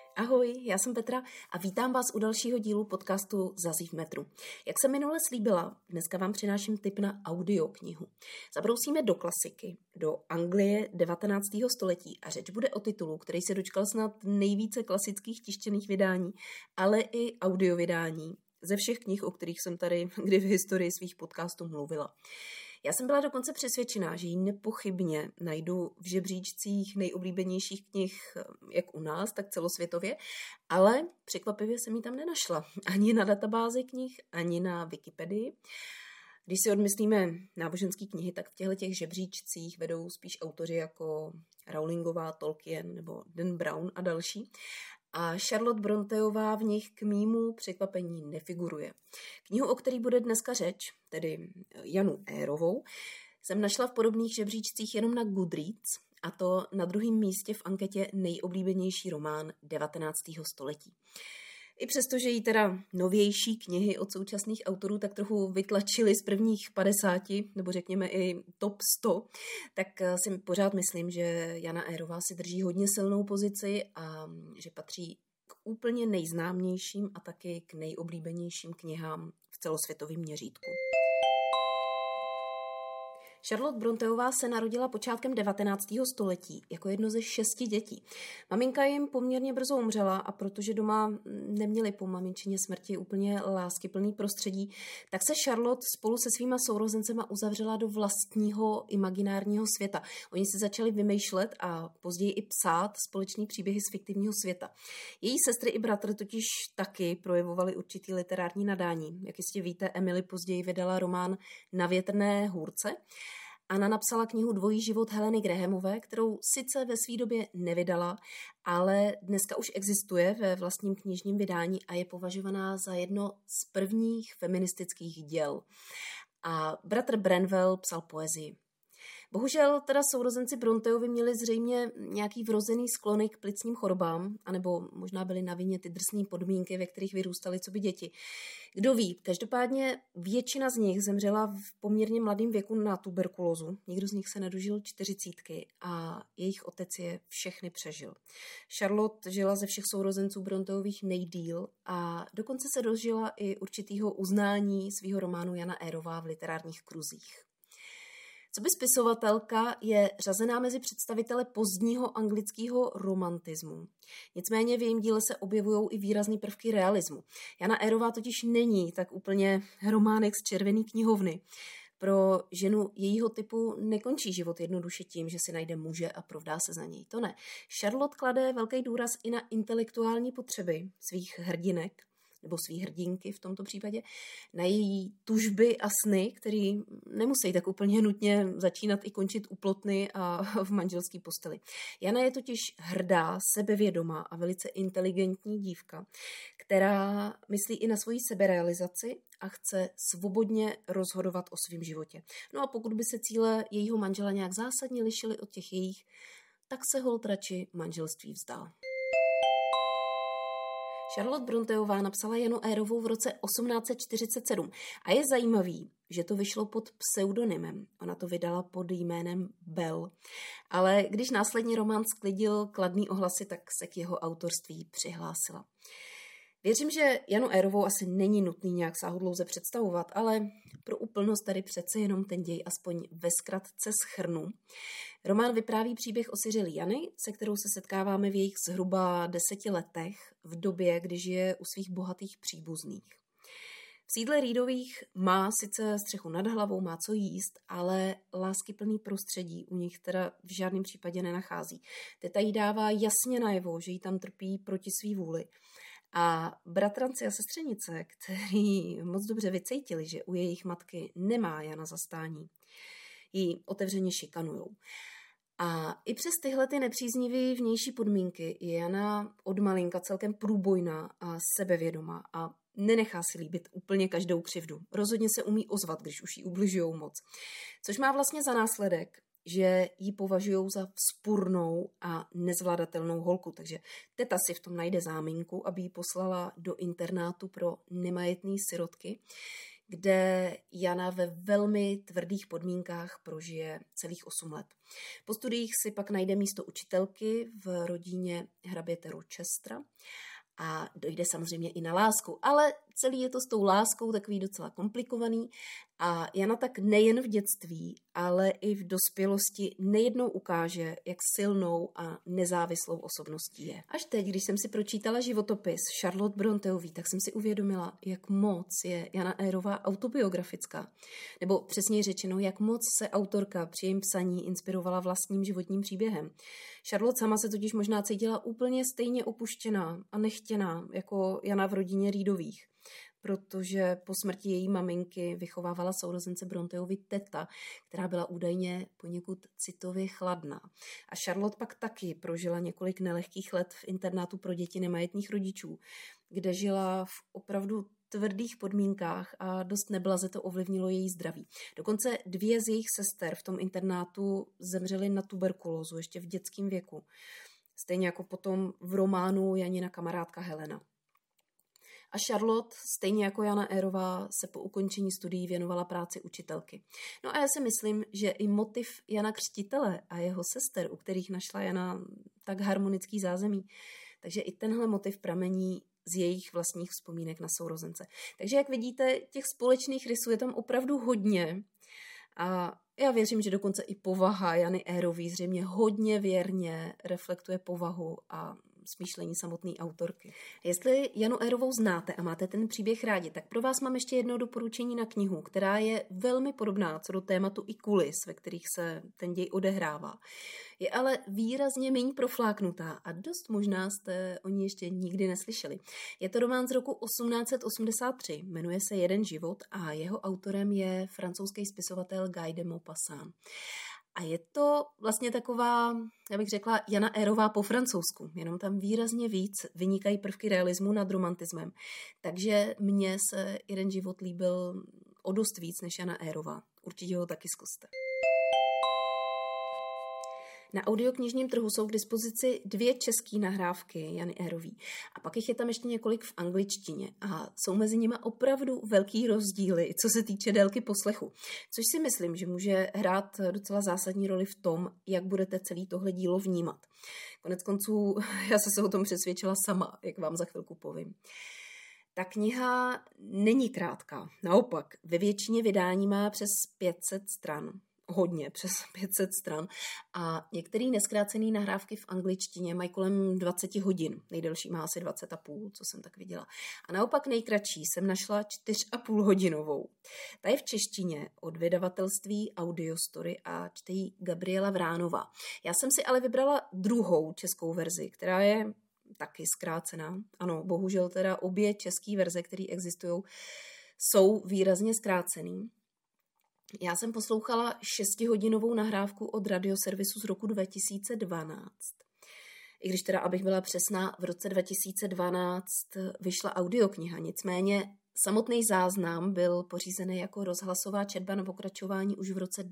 Ahoj, já jsem Petra a vítám vás u dalšího dílu podcastu Zazí v metru. Jak jsem minule slíbila, dneska vám přináším tip na audioknihu. Zabrousíme do klasiky, do Anglie 19. století a řeč bude o titulu, který se dočkal snad nejvíce klasických tištěných vydání, ale i audiovydání ze všech knih, o kterých jsem tady kdy v historii svých podcastů mluvila. Já jsem byla dokonce přesvědčená, že ji nepochybně najdu v žebříčcích nejoblíbenějších knih jak u nás, tak celosvětově, ale překvapivě jsem ji tam nenašla. Ani na databázi knih, ani na Wikipedii. Když si odmyslíme náboženské knihy, tak v těchto žebříčcích vedou spíš autoři jako Rowlingová, Tolkien nebo Dan Brown a další. A Charlotte Bronteová v nich k mému překvapení nefiguruje. Knihu, o který bude dneska řeč, tedy Janu Eyrovou, jsem našla v podobných žebříčcích jenom na Goodreads, a to na druhém místě v anketě nejoblíbenější román 19. století. I přesto, že jí teda novější knihy od současných autorů tak trochu vytlačily z prvních 50, nebo řekněme i top 100, tak si pořád myslím, že Jana Eyrová si drží hodně silnou pozici a že patří k úplně nejznámějším a taky k nejoblíbenějším knihám v celosvětovém měřítku. Charlotte Bronteová se narodila počátkem 19. století jako jedno ze 6 dětí. Maminka jim poměrně brzo umřela a protože doma neměli po maminčině smrti úplně láskyplný prostředí, tak se Charlotte spolu se svýma sourozencema uzavřela do vlastního imaginárního světa. Oni si začali vymýšlet a později i psát společný příběhy z fiktivního světa. Její sestry i bratr totiž taky projevovali určitý literární nadání. Jak jistě víte, Emily později vydala román Na větrné hůrce. Anna napsala knihu Dvojí život Heleny Grahamové, kterou sice ve své době nevydala, ale dneska už existuje ve vlastním knižním vydání a je považovaná za jedno z prvních feministických děl. A bratr Branwell psal poezii. Bohužel teda sourozenci Bronteovi měli zřejmě nějaký vrozený sklony k plicním chorobám, anebo možná byly na vině ty drsné podmínky, ve kterých vyrůstali coby děti. Kdo ví, každopádně většina z nich zemřela v poměrně mladém věku na tuberkulózu. Nikdo z nich se nedožil 40 a jejich otec je všechny přežil. Charlotte žila ze všech sourozenců Bronteových nejdýl a dokonce se dožila i určitýho uznání svého románu Jana Eyrová v literárních kruzích. Coby spisovatelka je řazená mezi představitele pozdního anglického romantismu. Nicméně v jejím díle se objevují i výrazný prvky realismu. Jana Eyrová totiž není tak úplně románek z červený knihovny. Pro ženu jejího typu nekončí život jednoduše tím, že si najde muže a provdá se za něj. To ne. Charlotte klade velký důraz i na intelektuální potřeby svých hrdinek, nebo svý hrdinky v tomto případě, na její tužby a sny, které nemusí tak úplně nutně začínat i končit u plotny a v manželské posteli. Jana je totiž hrdá, sebevědomá a velice inteligentní dívka, která myslí i na svoji seberealizaci a chce svobodně rozhodovat o svém životě. No a pokud by se cíle jejího manžela nějak zásadně lišily od těch jejich, tak se holt radši manželství vzdal. Charlotte Bronteová napsala Janu Eyrovou v roce 1847 a je zajímavý, že to vyšlo pod pseudonymem. Ona to vydala pod jménem Bell. Ale když následně román sklidil kladný ohlasy, tak se k jeho autorství přihlásila. Věřím, že Janu Eyrovou asi není nutný nějak sáhodlouze představovat, ale pro úplnost tady přece jenom ten děj aspoň ve zkratce shrnu. Román vypráví příběh osiřelý Jany, se kterou se setkáváme v jejich zhruba 10 letech, v době, kdy žije u svých bohatých příbuzných. V sídle Reedových má sice střechu nad hlavou, má co jíst, ale láskyplný prostředí u nich teda v žádném případě nenachází. Teta jí dává jasně najevo, že jí tam trpí proti svý vůli. A bratranci a sestřenice, kteří moc dobře vycítili, že u jejich matky nemá Jana zastání, ji otevřeně šikanujou. A i přes tyhle ty nepříznivé vnější podmínky je Jana od malinka celkem průbojná a sebevědomá a nenechá si líbit úplně každou křivdu. Rozhodně se umí ozvat, když už jí ubližujou moc. Což má vlastně za následek, že ji považují za vzpurnou a nezvladatelnou holku. Takže teta si v tom najde záminku, aby ji poslala do internátu pro nemajetné sirotky, kde Jana ve velmi tvrdých podmínkách prožije celých 8 let. Po studiích si pak najde místo učitelky v rodině hraběte Rochestra a dojde samozřejmě i na lásku, ale celý je to s tou láskou takový docela komplikovaný a Jana tak nejen v dětství, ale i v dospělosti nejednou ukáže, jak silnou a nezávislou osobností je. Až teď, když jsem si pročítala životopis Charlotte Bronteový, tak jsem si uvědomila, jak moc je Jana Eyrová autobiografická. Nebo přesněji řečeno, jak moc se autorka při jejím psaní inspirovala vlastním životním příběhem. Charlotte sama se totiž možná cítila úplně stejně opuštěná a nechtěná jako Jana v rodině Reedových, protože po smrti její maminky vychovávala sourozence Bronteovi teta, která byla údajně poněkud citově chladná. A Charlotte pak taky prožila několik nelehkých let v internátu pro děti nemajetných rodičů, kde žila v opravdu tvrdých podmínkách a dost neblaze to ovlivnilo její zdraví. Dokonce 2 z jejich sester v tom internátu zemřely na tuberkulózu ještě v dětském věku. Stejně jako potom v románu Janina kamarádka Helena. A Charlotte, stejně jako Jana Eyrová, se po ukončení studií věnovala práci učitelky. No a já si myslím, že i motiv Jana Křtitele a jeho sester, u kterých našla Jana tak harmonický zázemí, takže i tenhle motiv pramení z jejich vlastních vzpomínek na sourozence. Takže jak vidíte, těch společných rysů je tam opravdu hodně a já věřím, že dokonce i povaha Jany Eyrový zřejmě hodně věrně reflektuje povahu a smýšlení samotné autorky. Jestli Janu Eyrovou znáte a máte ten příběh rádi, tak pro vás mám ještě jedno doporučení na knihu, která je velmi podobná co do tématu i kulis, ve kterých se ten děj odehrává. Je ale výrazně méně profláknutá a dost možná jste o ní ještě nikdy neslyšeli. Je to román z roku 1883, jmenuje se Jeden život a jeho autorem je francouzský spisovatel Guy de Maupassant. A je to vlastně taková, já bych řekla, Jana Eyrová po francouzsku, jenom tam výrazně víc vynikají prvky realismu nad romantismem. Takže mně se Jeden život líbil o dost víc než Jana Eyrová. Určitě ho taky zkuste. Na audioknižním trhu jsou k dispozici 2 české nahrávky Jany Eyrový a pak jich je tam ještě několik v angličtině a jsou mezi nimi opravdu velký rozdíly, co se týče délky poslechu, což si myslím, že může hrát docela zásadní roli v tom, jak budete celý tohle dílo vnímat. Konec konců já se o tom přesvědčila sama, jak vám za chvilku povím. Ta kniha není krátká, naopak ve většině vydání má přes 500 stran. Hodně, přes 500 stran a některé neskrácené nahrávky v angličtině mají kolem 20 hodin. Nejdelší má asi 20,5, co jsem tak viděla. A naopak nejkratší jsem našla 4,5 hodinovou. Ta je v češtině od vydavatelství Audiostory a čte ji Gabriela Vránová. Já jsem si ale vybrala druhou českou verzi, která je taky zkrácená. Ano, bohužel teda obě české verze, které existují, jsou výrazně zkrácený. Já jsem poslouchala 6hodinovou nahrávku od radioservisu z roku 2012. I když teda, abych byla přesná, v roce 2012 vyšla audiokniha, nicméně samotný záznam byl pořízený jako rozhlasová četba na pokračování už v roce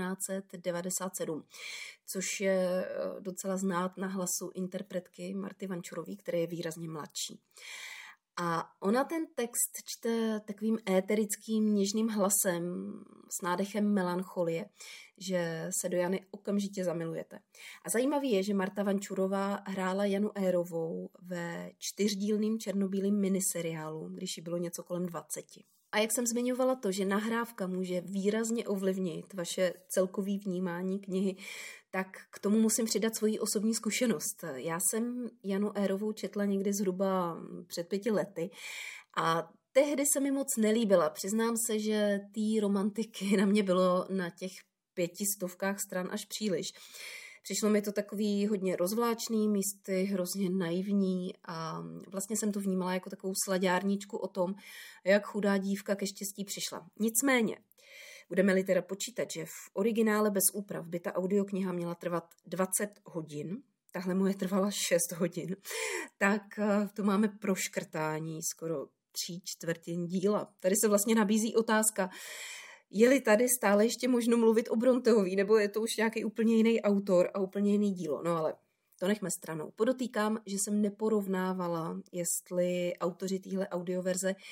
1997, což je docela znát na hlasu interpretky Marty Vančurový, která je výrazně mladší. A ona ten text čte takovým éterickým, něžným hlasem s nádechem melancholie, že se do Jany okamžitě zamilujete. A zajímavé je, že Marta Vančurová hrála Janu Eyrovou ve 4dílným černobílým miniseriálu, když jí bylo něco kolem 20. A jak jsem zmiňovala to, že nahrávka může výrazně ovlivnit vaše celkové vnímání knihy, tak k tomu musím přidat svoji osobní zkušenost. Já jsem Janu Eyrovou četla někdy zhruba před 5 lety a tehdy se mi moc nelíbila. Přiznám se, že té romantiky na mě bylo na těch 500 stran až příliš. Přišlo mi to takový hodně rozvláčný, místy hrozně naivní a vlastně jsem to vnímala jako takovou slaďárničku o tom, jak chudá dívka ke štěstí přišla. Nicméně, budeme-li teda počítat, že v originále bez úprav by ta audiokniha měla trvat 20 hodin, tahle moje trvala 6 hodin, tak to máme proškrtání skoro 3/4 díla. Tady se vlastně nabízí otázka, je-li tady stále ještě možno mluvit o Bronteový, nebo je to už nějaký úplně jiný autor a úplně jiný dílo. No ale to nechme stranou. Podotýkám, že jsem neporovnávala, jestli autoři téhle audioverze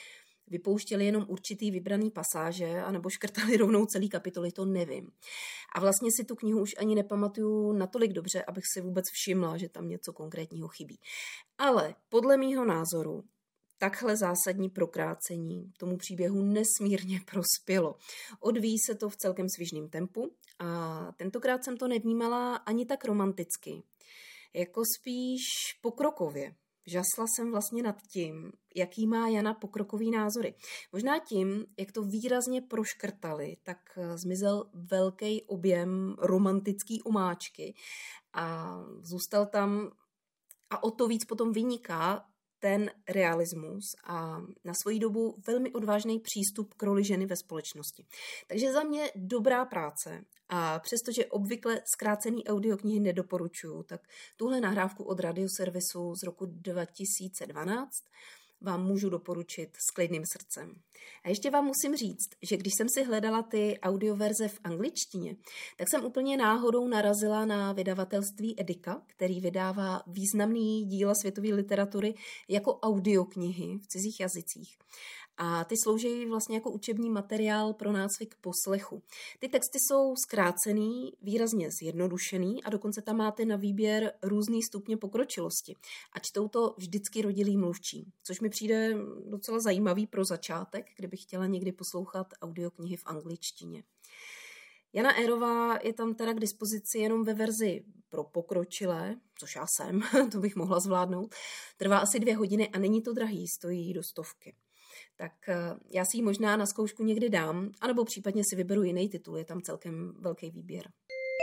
vypouštěli jenom určitý vybraný pasáže, anebo škrtali rovnou celý kapitoly, to nevím. A vlastně si tu knihu už ani nepamatuju natolik dobře, abych si vůbec všimla, že tam něco konkrétního chybí. Ale podle mýho názoru takhle zásadní prokrácení tomu příběhu nesmírně prospělo. Odvíjí se to v celkem svižném tempu a tentokrát jsem to nevnímala ani tak romanticky, jako spíš pokrokově. Žasla jsem vlastně nad tím, jaký má Jana pokrokový názory. Možná tím, jak to výrazně proškrtali, tak zmizel velký objem romantický omáčky a zůstal tam a o to víc potom vyniká ten realismus a na svoji dobu velmi odvážný přístup k roli ženy ve společnosti. Takže za mě dobrá práce a přestože obvykle zkrácený audioknihy nedoporučuju, tak tuhle nahrávku od Radioservisu z roku 2012 vám můžu doporučit s klidným srdcem. A ještě vám musím říct, že když jsem si hledala ty audioverze v angličtině, tak jsem úplně náhodou narazila na vydavatelství Edika, který vydává významný díla světové literatury jako audioknihy v cizích jazycích. A ty slouží vlastně jako učební materiál pro nácvik poslechu. Ty texty jsou zkrácený, výrazně zjednodušený a dokonce tam máte na výběr různý stupně pokročilosti. A čtou to vždycky rodilí mluvčí, což mi přijde docela zajímavý pro začátek, kdybych chtěla někdy poslouchat audioknihy v angličtině. Jana Érová je tam teda k dispozici jenom ve verzi pro pokročilé, což já jsem, to bych mohla zvládnout. Trvá asi 2 hodiny a není to drahý, stojí do 100. Tak já si ji možná na zkoušku někdy dám, anebo případně si vyberu jiný titul, je tam celkem velký výběr.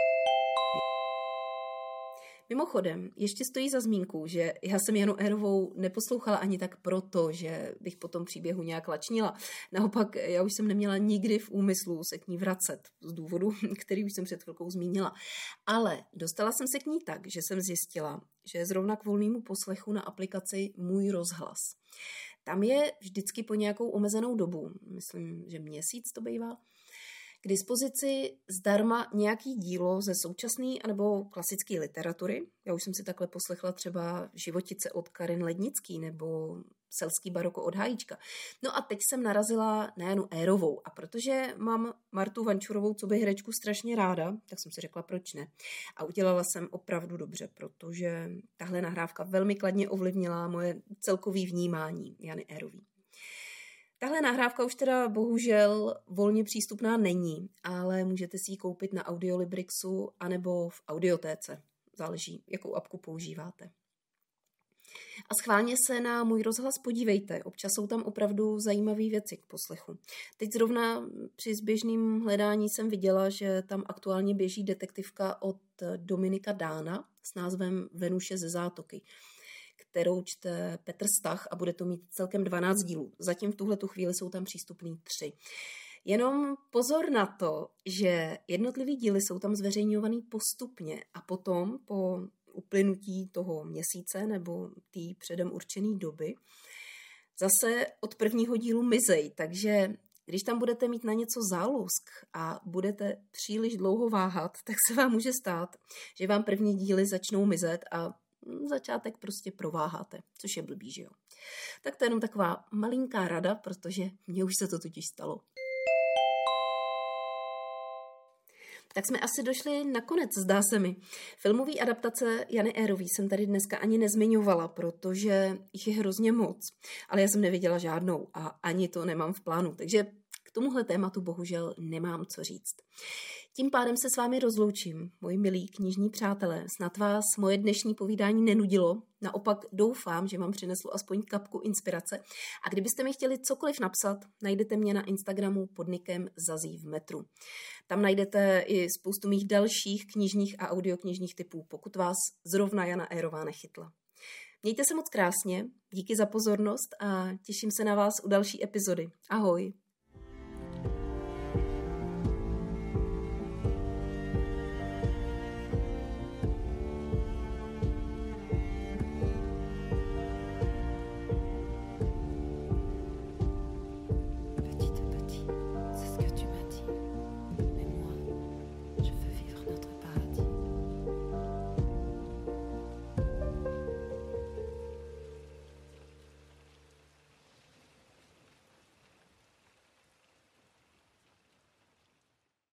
Mimochodem, ještě stojí za zmínku, že já jsem Janu Érovou neposlouchala ani tak proto, že bych po tom příběhu nějak lačnila. Naopak, já už jsem neměla nikdy v úmyslu se k ní vracet z důvodu, který už jsem před chvilkou zmínila. Ale dostala jsem se k ní tak, že jsem zjistila, že zrovna k volnému poslechu na aplikaci Můj rozhlas. Tam je vždycky po nějakou omezenou dobu, myslím, že měsíc to bývá, k dispozici zdarma nějaký dílo ze současné anebo klasické literatury. Já už jsem si takhle poslechla třeba Životice od Karin Lednický nebo Selský baroko od Hájíčka. No a teď jsem narazila na Janu Érovou a protože mám Martu Vančurovou coby herečku strašně ráda, tak jsem si řekla, proč ne. A udělala jsem opravdu dobře, protože tahle nahrávka velmi kladně ovlivnila moje celkové vnímání Jany Érový. Tahle nahrávka už teda bohužel volně přístupná není, ale můžete si ji koupit na Audiolibrixu anebo v audiotéce. Záleží, jakou apku používáte. A schválně se na Můj rozhlas podívejte, občas jsou tam opravdu zajímavé věci k poslechu. Teď zrovna při zběžným hledání jsem viděla, že tam aktuálně běží detektivka od Dominika Dána s názvem Venuše ze zátoky, kterou čte Petr Stach a bude to mít celkem 12 dílů. Zatím v tuhletu chvíli jsou tam přístupný 3. Jenom pozor na to, že jednotlivý díly jsou tam zveřejňovaný postupně a potom po uplynutí toho měsíce nebo té předem určené doby zase od prvního dílu mizej, takže když tam budete mít na něco zálusk a budete příliš dlouho váhat, tak se vám může stát, že vám první díly začnou mizet a začátek prostě prováháte, což je blbý, že jo. Tak to je jenom taková malinká rada, protože mně už se to totiž stalo. Tak jsme asi došli na konec, zdá se mi. Filmový adaptace Jany Érový jsem tady dneska ani nezmiňovala, protože jich je hrozně moc, ale já jsem neviděla žádnou a ani to nemám v plánu, takže k tomuhle tématu bohužel nemám co říct. Tím pádem se s vámi rozloučím, moji milí knižní přátelé. Snad vás moje dnešní povídání nenudilo, naopak doufám, že vám přineslo aspoň kapku inspirace. A kdybyste mi chtěli cokoliv napsat, najdete mě na Instagramu pod nickem Zazí v metru. Tam najdete i spoustu mých dalších knižních a audioknižních typů, pokud vás zrovna Jana Érová nechytla. Mějte se moc krásně, díky za pozornost a těším se na vás u další epizody. Ahoj!